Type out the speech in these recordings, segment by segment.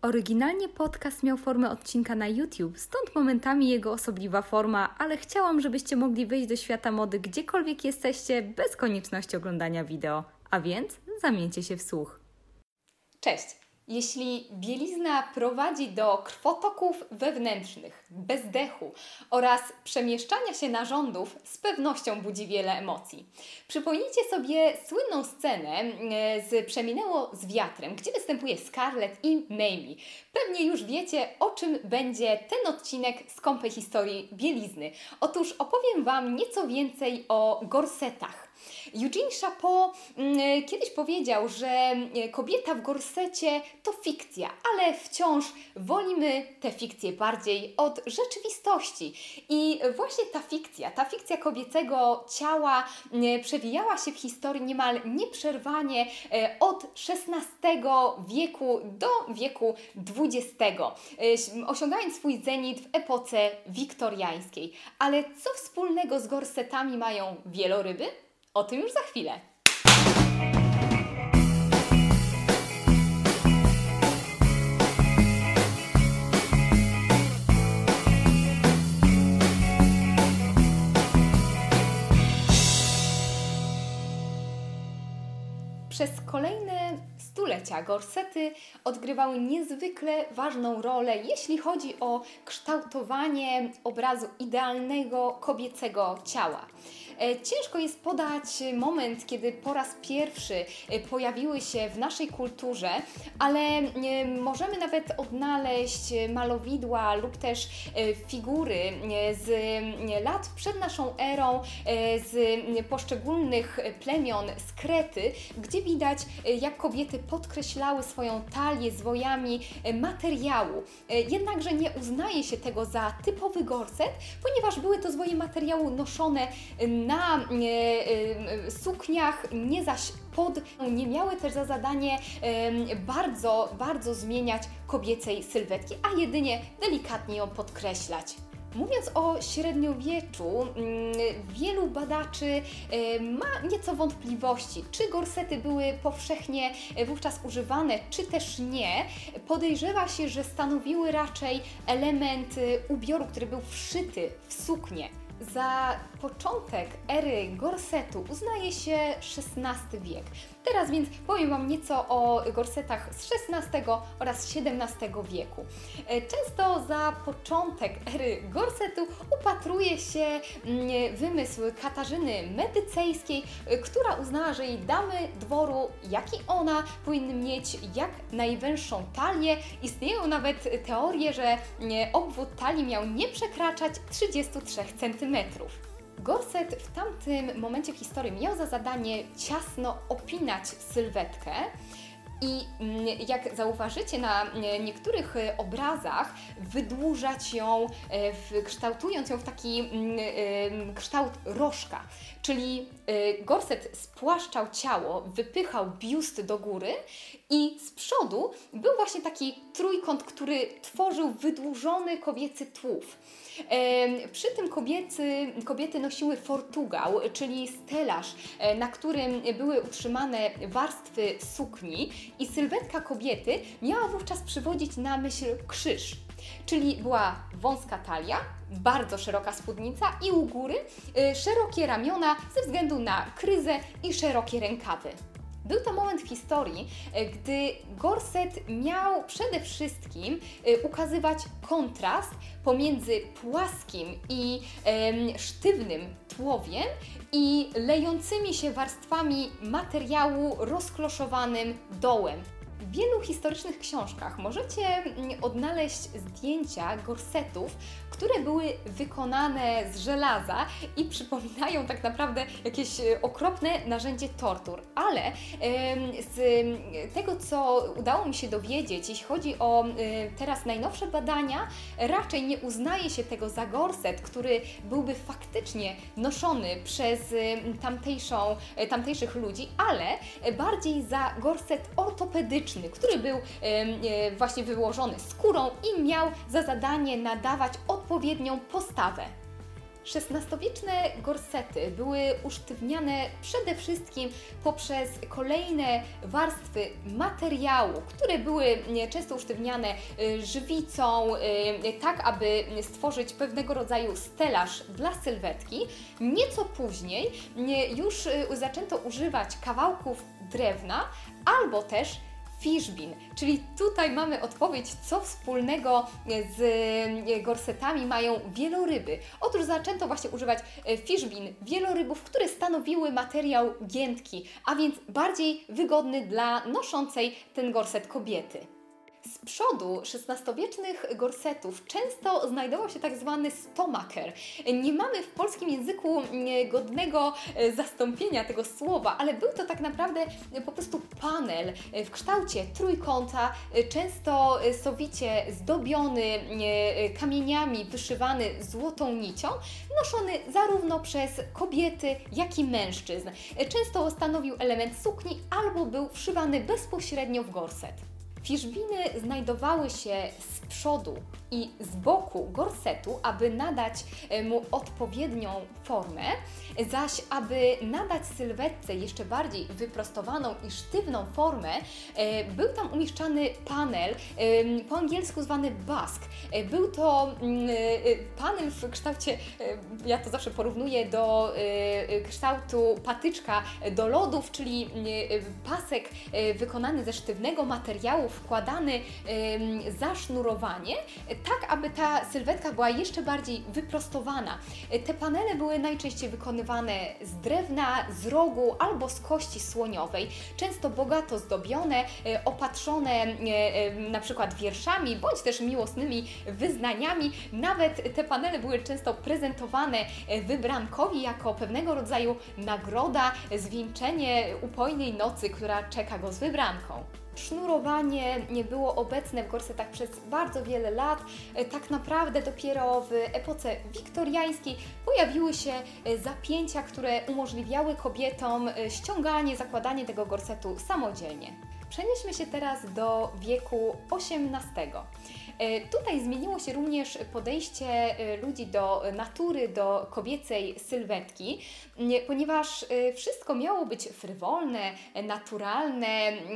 Oryginalnie podcast miał formę odcinka na YouTube, stąd momentami jego osobliwa forma, ale chciałam, żebyście mogli wejść do świata mody gdziekolwiek jesteście, bez konieczności oglądania wideo. A więc zamieńcie się w słuch. Cześć! Jeśli bielizna prowadzi do krwotoków wewnętrznych, bezdechu oraz przemieszczania się narządów, z pewnością budzi wiele emocji. Przypomnijcie sobie słynną scenę z Przeminęło z wiatrem, gdzie występuje Scarlett i Mamie. Pewnie już wiecie, o czym będzie ten odcinek skąpej historii bielizny. Otóż opowiem Wam nieco więcej o gorsetach. Eugene Chapot kiedyś powiedział, że kobieta w gorsecie to fikcja, ale wciąż wolimy tę fikcję bardziej od rzeczywistości. I właśnie ta fikcja kobiecego ciała przewijała się w historii niemal nieprzerwanie od XVI wieku do wieku XX, osiągając swój zenit w epoce wiktoriańskiej. Ale co wspólnego z gorsetami mają wieloryby? O tym już za chwilę. Przez kolejne stulecia gorsety odgrywały niezwykle ważną rolę, jeśli chodzi o kształtowanie obrazu idealnego kobiecego ciała. Ciężko jest podać moment, kiedy po raz pierwszy pojawiły się w naszej kulturze, ale możemy nawet odnaleźć malowidła lub też figury z lat przed naszą erą, z poszczególnych plemion z Krety, gdzie widać, jak kobiety podkreślały swoją talię zwojami materiału. Jednakże nie uznaje się tego za typowy gorset, ponieważ były to zwoje materiału noszone na sukniach, nie zaś pod. Nie miały też za zadanie bardzo zmieniać kobiecej sylwetki, a jedynie delikatnie ją podkreślać. Mówiąc o średniowieczu, wielu badaczy ma nieco wątpliwości, czy gorsety były powszechnie wówczas używane, czy też nie. Podejrzewa się, że stanowiły raczej element ubioru, który był wszyty w suknię. Za początek ery gorsetu uznaje się XVI wiek. Teraz więc powiem Wam nieco o gorsetach z XVI oraz XVII wieku. Często za początek ery gorsetu upatruje się wymysł Katarzyny Medycejskiej, która uznała, że jej damy dworu, jak i ona, powinny mieć jak najwęższą talię. Istnieją nawet teorie, że obwód talii miał nie przekraczać 33 cm. Gorset w tamtym momencie w historii miał za zadanie ciasno opinać sylwetkę i jak zauważycie na niektórych obrazach, wydłużać ją, kształtując ją w taki kształt rożka. Czyli gorset spłaszczał ciało, wypychał biust do góry i z przodu był właśnie taki trójkąt, który tworzył wydłużony kobiecy tułów. Przy tym kobiety nosiły fortugał, czyli stelaż, na którym były utrzymane warstwy sukni i sylwetka kobiety miała wówczas przywodzić na myśl krzyż. Czyli była wąska talia, bardzo szeroka spódnica i u góry szerokie ramiona ze względu na kryzę i szerokie rękawy. Był to moment w historii, gdy gorset miał przede wszystkim ukazywać kontrast pomiędzy płaskim i sztywnym tułowiem i lejącymi się warstwami materiału rozkloszowanym dołem. W wielu historycznych książkach możecie odnaleźć zdjęcia gorsetów, które były wykonane z żelaza i przypominają tak naprawdę jakieś okropne narzędzie tortur. Ale z tego, co udało mi się dowiedzieć, jeśli chodzi o teraz najnowsze badania, raczej nie uznaje się tego za gorset, który byłby faktycznie noszony przez tamtejszych ludzi, ale bardziej za gorset ortopedyczny, który był właśnie wyłożony skórą i miał za zadanie nadawać odpowiednią postawę. XVI-wieczne gorsety były usztywniane przede wszystkim poprzez kolejne warstwy materiału, które były często usztywniane żywicą, tak aby stworzyć pewnego rodzaju stelaż dla sylwetki. Nieco później już zaczęto używać kawałków drewna albo też fiszbin, czyli tutaj mamy odpowiedź, co wspólnego z gorsetami mają wieloryby. Otóż zaczęto właśnie używać fiszbin, wielorybów, które stanowiły materiał giętki, a więc bardziej wygodny dla noszącej ten gorset kobiety. Z przodu XVI-wiecznych gorsetów często znajdował się tak zwany stomacher. Nie mamy w polskim języku godnego zastąpienia tego słowa, ale był to tak naprawdę po prostu panel w kształcie trójkąta, często sowicie zdobiony kamieniami, wyszywany złotą nicią, noszony zarówno przez kobiety, jak i mężczyzn. Często stanowił element sukni albo był wszywany bezpośrednio w gorset. Fiszbiny znajdowały się z przodu i z boku gorsetu, aby nadać mu odpowiednią formę, zaś aby nadać sylwetce jeszcze bardziej wyprostowaną i sztywną formę, był tam umieszczany panel, po angielsku zwany bask. Był to panel w kształcie, ja to zawsze porównuję do kształtu patyczka do lodów, czyli pasek wykonany ze sztywnego materiału, wkładany za sznurowanie, tak aby ta sylwetka była jeszcze bardziej wyprostowana. Te panele były najczęściej wykonywane z drewna, z rogu albo z kości słoniowej, często bogato zdobione, opatrzone na przykład wierszami bądź też miłosnymi wyznaniami. Nawet te panele były często prezentowane wybrankowi jako pewnego rodzaju nagroda, zwieńczenie upojnej nocy, która czeka go z wybranką. Sznurowanie nie było obecne w gorsetach przez bardzo wiele lat. Tak naprawdę dopiero w epoce wiktoriańskiej pojawiły się zapięcia, które umożliwiały kobietom ściąganie, zakładanie tego gorsetu samodzielnie. Przenieśmy się teraz do wieku XVIII. Tutaj zmieniło się również podejście ludzi do natury, do kobiecej sylwetki, ponieważ wszystko miało być frywolne, naturalne,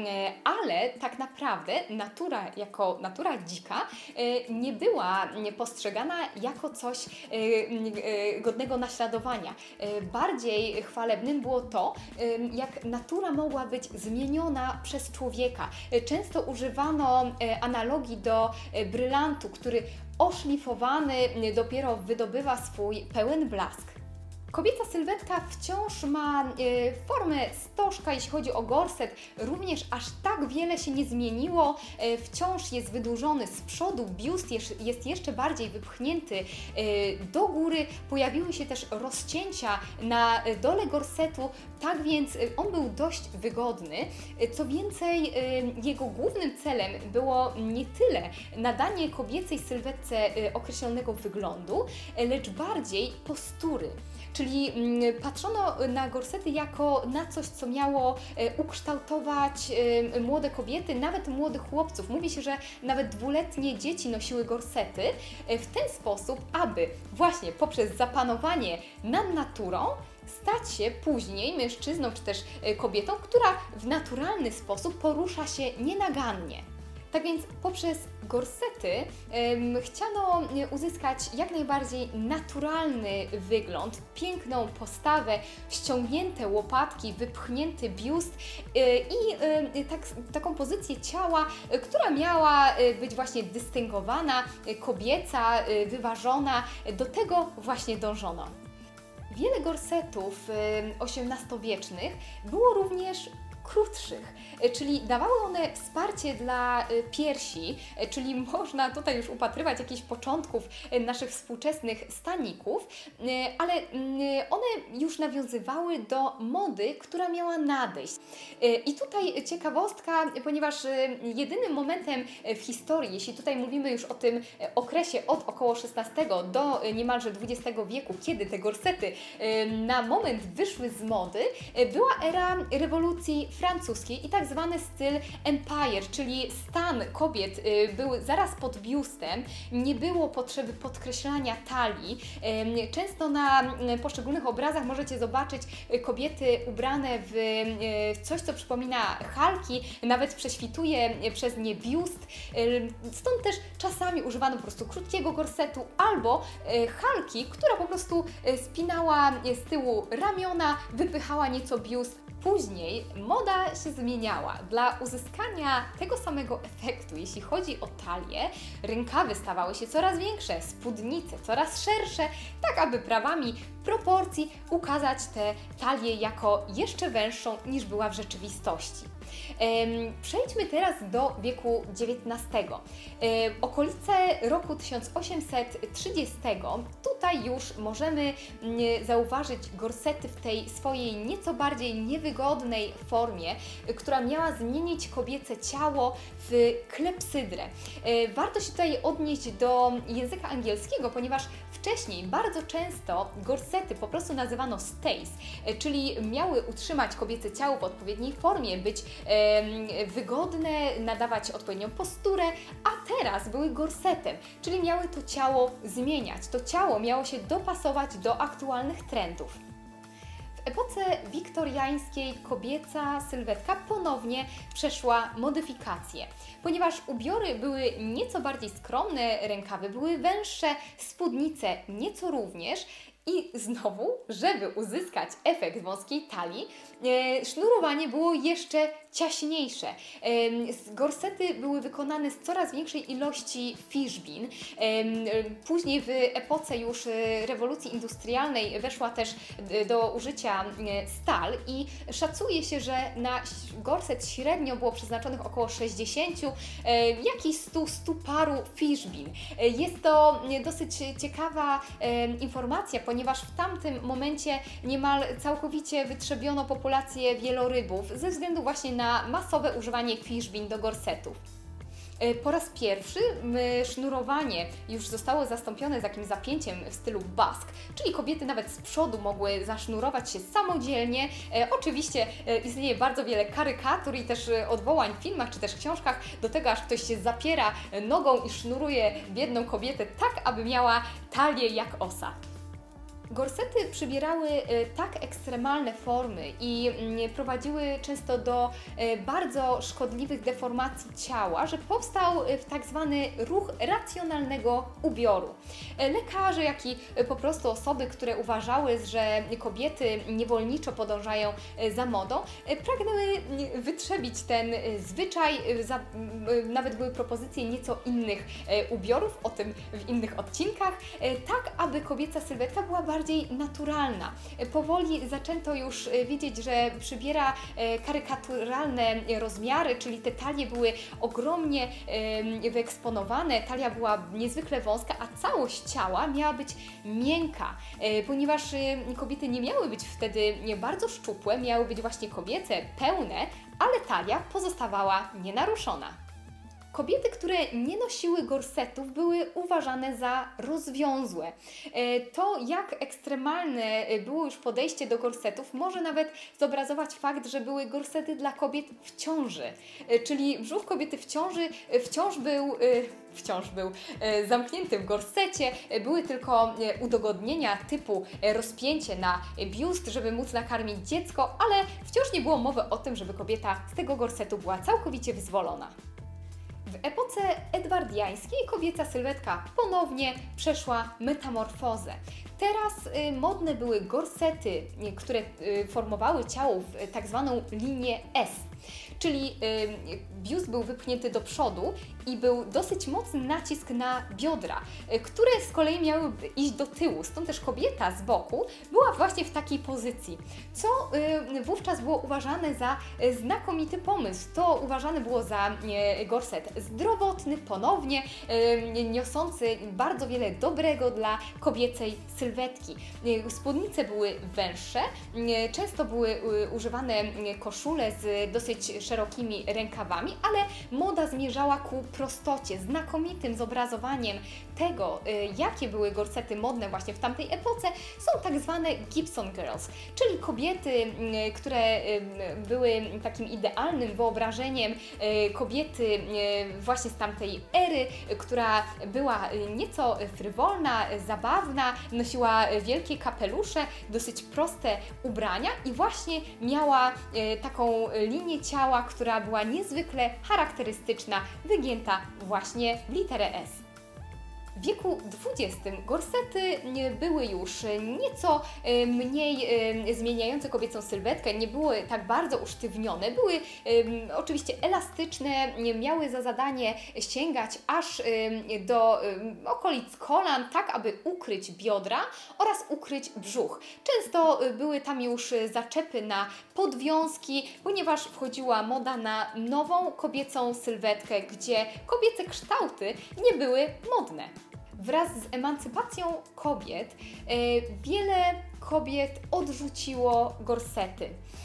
ale tak naprawdę natura jako natura dzika nie była postrzegana jako coś godnego naśladowania. Bardziej chwalebnym było to, jak natura mogła być zmieniona przez człowieka. Często używano analogii do brylantu, który oszlifowany dopiero wydobywa swój pełen blask. Kobieca sylwetka wciąż ma formę stożka, jeśli chodzi o gorset, również aż tak wiele się nie zmieniło, wciąż jest wydłużony z przodu, biust jest jeszcze bardziej wypchnięty do góry, pojawiły się też rozcięcia na dole gorsetu, tak więc on był dość wygodny. Co więcej, jego głównym celem było nie tyle nadanie kobiecej sylwetce określonego wyglądu, lecz bardziej postury. Czyli patrzono na gorsety jako na coś, co miało ukształtować młode kobiety, nawet młodych chłopców. Mówi się, że nawet dwuletnie dzieci nosiły gorsety w ten sposób, aby właśnie poprzez zapanowanie nad naturą stać się później mężczyzną czy też kobietą, która w naturalny sposób porusza się nienagannie. Tak więc poprzez gorsety chciano uzyskać jak najbardziej naturalny wygląd, piękną postawę, ściągnięte łopatki, wypchnięty biust i taką pozycję ciała, która miała być właśnie dystyngowana, kobieca, wyważona. Do tego właśnie dążono. Wiele gorsetów XVIII-wiecznych było również krótszych, czyli dawały one wsparcie dla piersi, czyli można tutaj już upatrywać jakichś początków naszych współczesnych staników, ale one już nawiązywały do mody, która miała nadejść. I tutaj ciekawostka, ponieważ jedynym momentem w historii, jeśli tutaj mówimy już o tym okresie od około XVI do niemalże XX wieku, kiedy te gorsety na moment wyszły z mody, była era rewolucji francuskiej i tak zwany styl empire, czyli stan kobiet był zaraz pod biustem, nie było potrzeby podkreślania talii. Często na poszczególnych obrazach możecie zobaczyć kobiety ubrane w coś, co przypomina halki, nawet prześwituje przez nie biust. Stąd też czasami używano po prostu krótkiego gorsetu albo halki, która po prostu spinała z tyłu ramiona, wypychała nieco biust. Później moda się zmieniała. Dla uzyskania tego samego efektu, jeśli chodzi o talię, rękawy stawały się coraz większe, spódnice coraz szersze, tak aby prawami proporcji ukazać tę talię jako jeszcze węższą niż była w rzeczywistości. Przejdźmy teraz do wieku XIX. Okolice roku 1830. Tutaj już możemy zauważyć gorsety w tej swojej nieco bardziej niewygodnej formie, która miała zmienić kobiece ciało w klepsydrę. Warto się tutaj odnieść do języka angielskiego, ponieważ wcześniej bardzo często gorsety po prostu nazywano stays, czyli miały utrzymać kobiece ciało w odpowiedniej formie, być wygodne, nadawać odpowiednią posturę, a teraz były gorsetem, czyli miały to ciało zmieniać. To ciało miało się dopasować do aktualnych trendów. W epoce wiktoriańskiej kobieca sylwetka ponownie przeszła modyfikację, ponieważ ubiory były nieco bardziej skromne, rękawy były węższe, spódnice nieco również. I znowu, żeby uzyskać efekt wąskiej talii, sznurowanie było jeszcze ciaśniejsze. Gorsety były wykonane z coraz większej ilości fiszbin. Później w epoce już rewolucji industrialnej weszła też do użycia stal i szacuje się, że na gorset średnio było przeznaczonych około 60, jakichś 100 paru fiszbin. Jest to dosyć ciekawa informacja, ponieważ w tamtym momencie niemal całkowicie wytrzebiono populację wielorybów ze względu właśnie na masowe używanie fiszbin do gorsetów. Po raz pierwszy sznurowanie już zostało zastąpione z jakimś zapięciem w stylu bask, czyli kobiety nawet z przodu mogły zasznurować się samodzielnie. Oczywiście istnieje bardzo wiele karykatur i też odwołań w filmach czy też książkach do tego, aż ktoś się zapiera nogą i sznuruje biedną kobietę tak, aby miała talię jak osa. Gorsety przybierały tak ekstremalne formy i prowadziły często do bardzo szkodliwych deformacji ciała, że powstał tak zwany ruch racjonalnego ubioru. Lekarze, jak i po prostu osoby, które uważały, że kobiety niewolniczo podążają za modą, pragnęły wytrzebić ten zwyczaj. Nawet były propozycje nieco innych ubiorów, o tym w innych odcinkach, tak aby kobieca sylwetka była bardziej naturalna. Powoli zaczęto już widzieć, że przybiera karykaturalne rozmiary, czyli te talie były ogromnie wyeksponowane, talia była niezwykle wąska, a całość ciała miała być miękka, ponieważ kobiety nie miały być wtedy bardzo szczupłe, miały być właśnie kobiece, pełne, ale talia pozostawała nienaruszona. Kobiety, które nie nosiły gorsetów, były uważane za rozwiązłe. To, jak ekstremalne było już podejście do gorsetów, może nawet zobrazować fakt, że były gorsety dla kobiet w ciąży. Czyli brzuch kobiety w ciąży wciąż był zamknięty w gorsecie, były tylko udogodnienia typu rozpięcie na biust, żeby móc nakarmić dziecko, ale wciąż nie było mowy o tym, żeby kobieta z tego gorsetu była całkowicie wyzwolona. W epoce edwardiańskiej kobieca sylwetka ponownie przeszła metamorfozę. Teraz modne były gorsety, które formowały ciało w tak zwaną linię S. Czyli biust był wypchnięty do przodu i był dosyć mocny nacisk na biodra, które z kolei miały iść do tyłu. Stąd też kobieta z boku była właśnie w takiej pozycji, co wówczas było uważane za znakomity pomysł. To uważane było za gorset zdrowotny, ponownie niosący bardzo wiele dobrego dla kobiecej sylwetki. Spódnice były węższe, często były używane koszule z dosyć szerokimi rękawami, ale moda zmierzała ku prostocie, znakomitym zobrazowaniem tego, jakie były gorsety modne właśnie w tamtej epoce, są tak zwane Gibson Girls, czyli kobiety, które były takim idealnym wyobrażeniem kobiety właśnie z tamtej ery, która była nieco frywolna, zabawna, nosiła wielkie kapelusze, dosyć proste ubrania i właśnie miała taką linię ciała, która była niezwykle charakterystyczna, wygięta właśnie w literę S. W wieku XX gorsety były już nieco mniej zmieniające kobiecą sylwetkę, nie były tak bardzo usztywnione, były oczywiście elastyczne, miały za zadanie sięgać aż do okolic kolan, tak aby ukryć biodra oraz ukryć brzuch. Często były tam już zaczepy na podwiązki, ponieważ wchodziła moda na nową kobiecą sylwetkę, gdzie kobiece kształty nie były modne. Wraz z emancypacją kobiet wiele kobiet odrzuciło gorsety.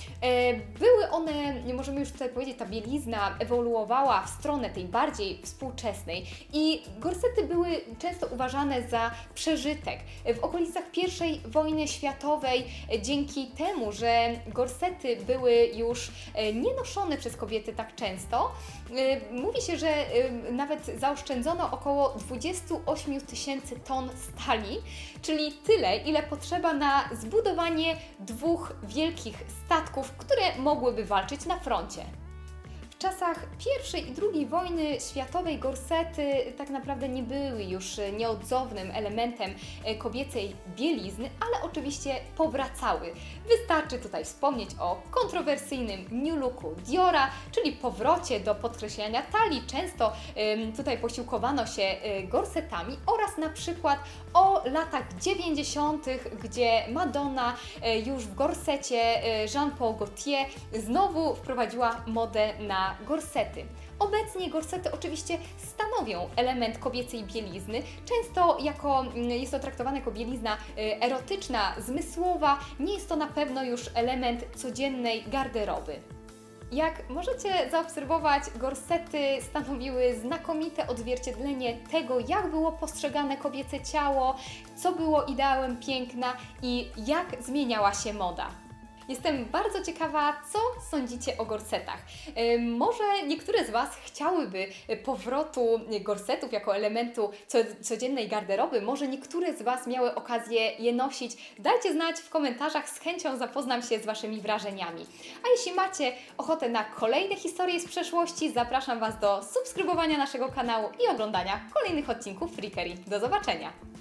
Były one, możemy już tutaj powiedzieć, ta bielizna ewoluowała w stronę tej bardziej współczesnej i gorsety były często uważane za przeżytek. W okolicach I wojny światowej, dzięki temu, że gorsety były już nie noszone przez kobiety tak często, mówi się, że nawet zaoszczędzono około 28 000 ton stali, czyli tyle, ile potrzeba na zbudowanie 2 wielkich statków, które mogłyby walczyć na froncie. W czasach I i II wojny światowej gorsety tak naprawdę nie były już nieodzownym elementem kobiecej bielizny, ale oczywiście powracały. Wystarczy tutaj wspomnieć o kontrowersyjnym new looku Diora, czyli powrocie do podkreślania talii. Często tutaj posiłkowano się gorsetami oraz na przykład o latach 90., gdzie Madonna już w gorsecie Jean-Paul Gaultier znowu wprowadziła modę na gorsety. Obecnie gorsety oczywiście stanowią element kobiecej bielizny, często jest to traktowane jako bielizna erotyczna, zmysłowa, nie jest to na pewno już element codziennej garderoby. Jak możecie zaobserwować, gorsety stanowiły znakomite odzwierciedlenie tego, jak było postrzegane kobiece ciało, co było ideałem piękna i jak zmieniała się moda. Jestem bardzo ciekawa, co sądzicie o gorsetach. Może niektóre z Was chciałyby powrotu gorsetów jako elementu codziennej garderoby, może niektóre z Was miały okazję je nosić. Dajcie znać w komentarzach, z chęcią zapoznam się z Waszymi wrażeniami. A jeśli macie ochotę na kolejne historie z przeszłości, zapraszam Was do subskrybowania naszego kanału i oglądania kolejnych odcinków Freakery. Do zobaczenia!